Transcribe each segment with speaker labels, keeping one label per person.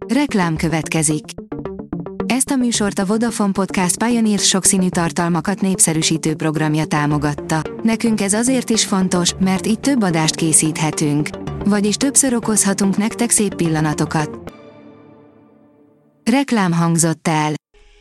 Speaker 1: Reklám következik. Ezt a műsort a Vodafone Podcast Pioneer sokszínű tartalmakat népszerűsítő programja támogatta. Nekünk ez azért is fontos, mert így több adást készíthetünk. Vagyis többször okozhatunk nektek szép pillanatokat. Reklám hangzott el.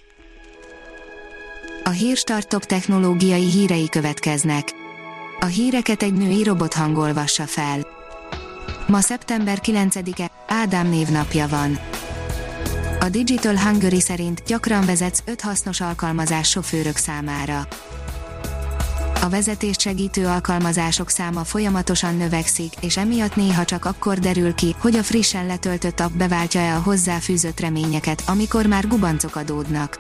Speaker 1: A Hírstart top technológiai hírei következnek. A híreket egy női robot hangolvassa fel. Ma szeptember 9-e, Ádám névnapja van. A Digital Hungary szerint gyakran vezetsz 5 hasznos alkalmazás sofőrök számára. A vezetést segítő alkalmazások száma folyamatosan növekszik, és emiatt néha csak akkor derül ki, hogy a frissen letöltött app beváltja-e a hozzáfűzött reményeket, amikor már gubancok adódnak.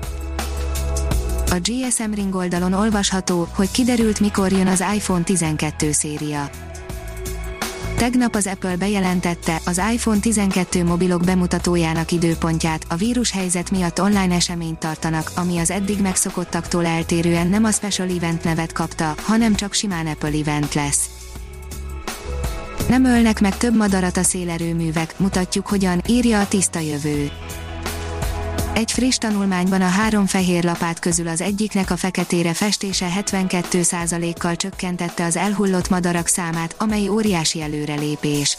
Speaker 1: A GSM Ring oldalon olvasható, hogy kiderült, mikor jön az iPhone 12 széria. Tegnap az Apple bejelentette az iPhone 12 mobilok bemutatójának időpontját, a vírushelyzet miatt online eseményt tartanak, ami az eddig megszokottaktól eltérően nem a Special Event nevet kapta, hanem csak simán Apple Event lesz. Nem ölnek meg több madarat a szélerőművek, mutatjuk hogyan, írja a Tiszta Jövő. Egy friss tanulmányban a 3 fehér lapát közül az egyiknek a feketére festése 72%-kal csökkentette az elhullott madarak számát, amely óriási előrelépés.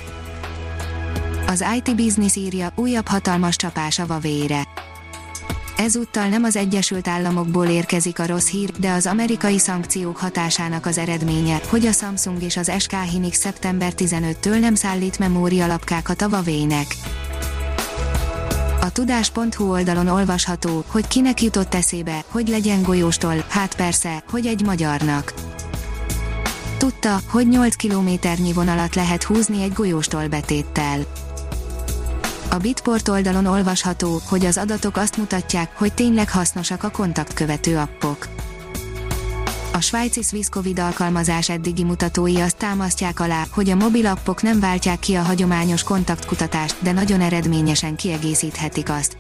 Speaker 1: Az IT Business írja, újabb hatalmas csapás a Huawei-re. Ezúttal nem az Egyesült Államokból érkezik a rossz hír, de az amerikai szankciók hatásának az eredménye, hogy a Samsung és az SK Hynix szeptember 15-től nem szállít memórialapkákat a Huawei-nek. A tudás.hu oldalon olvasható, hogy kinek jutott eszébe, hogy legyen golyóstól, hát persze, hogy egy magyarnak. Tudta, hogy 8 kilométernyi vonalat lehet húzni egy golyóstól betéttel. A Bitport oldalon olvasható, hogy az adatok azt mutatják, hogy tényleg hasznosak a kontaktkövető appok. A svájci Swiss Covid alkalmazás eddigi mutatói azt támasztják alá, hogy a mobil appok nem váltják ki a hagyományos kontaktkutatást, de nagyon eredményesen kiegészíthetik azt.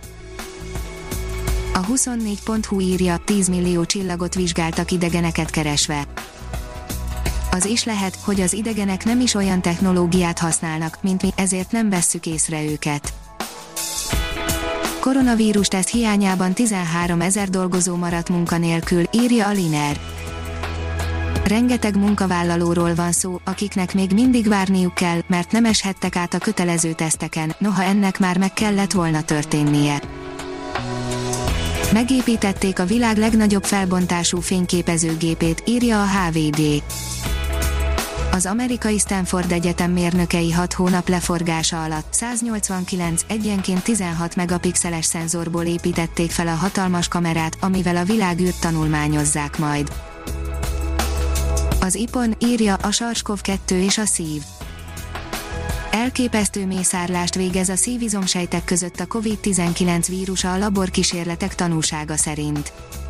Speaker 1: A 24.hu írja, 10 millió csillagot vizsgáltak idegeneket keresve. Az is lehet, hogy az idegenek nem is olyan technológiát használnak, mint mi, ezért nem vesszük észre őket. Koronavírus teszt hiányában 13 000 dolgozó maradt munkanélkül, írja a Liner. Rengeteg munkavállalóról van szó, akiknek még mindig várniuk kell, mert nem eshettek át a kötelező teszteken, noha ennek már meg kellett volna történnie. Megépítették a világ legnagyobb felbontású fényképezőgépét, írja a HVD. Az amerikai Stanford Egyetem mérnökei 6 hónap leforgása alatt 189, egyenként 16 megapixeles szenzorból építették fel a hatalmas kamerát, amivel a világűrt tanulmányozzák majd. Az IPON írja, a SARS-CoV-2 és a szív. Elképesztő mészárlást végez a szívizomsejtek között a COVID-19 vírusa a laborkísérletek tanúsága szerint.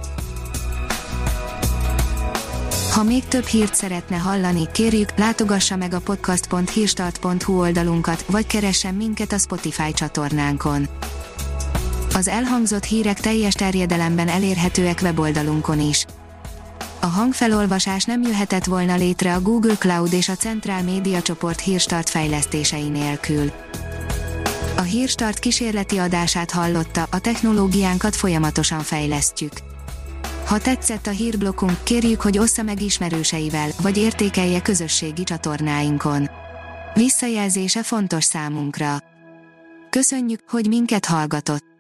Speaker 1: Ha még több hírt szeretne hallani, kérjük, látogassa meg a podcast.hírstart.hu oldalunkat, vagy keressen minket a Spotify csatornánkon. Az elhangzott hírek teljes terjedelemben elérhetőek weboldalunkon is. A hangfelolvasás nem jöhetett volna létre a Google Cloud és a Centrál Média csoport Hírstart fejlesztései nélkül. A Hírstart kísérleti adását hallotta, a technológiánkat folyamatosan fejlesztjük. Ha tetszett a hírblokkunk, kérjük, hogy ossza meg ismerőseivel, vagy értékelje közösségi csatornáinkon. Visszajelzése fontos számunkra. Köszönjük, hogy minket hallgatott!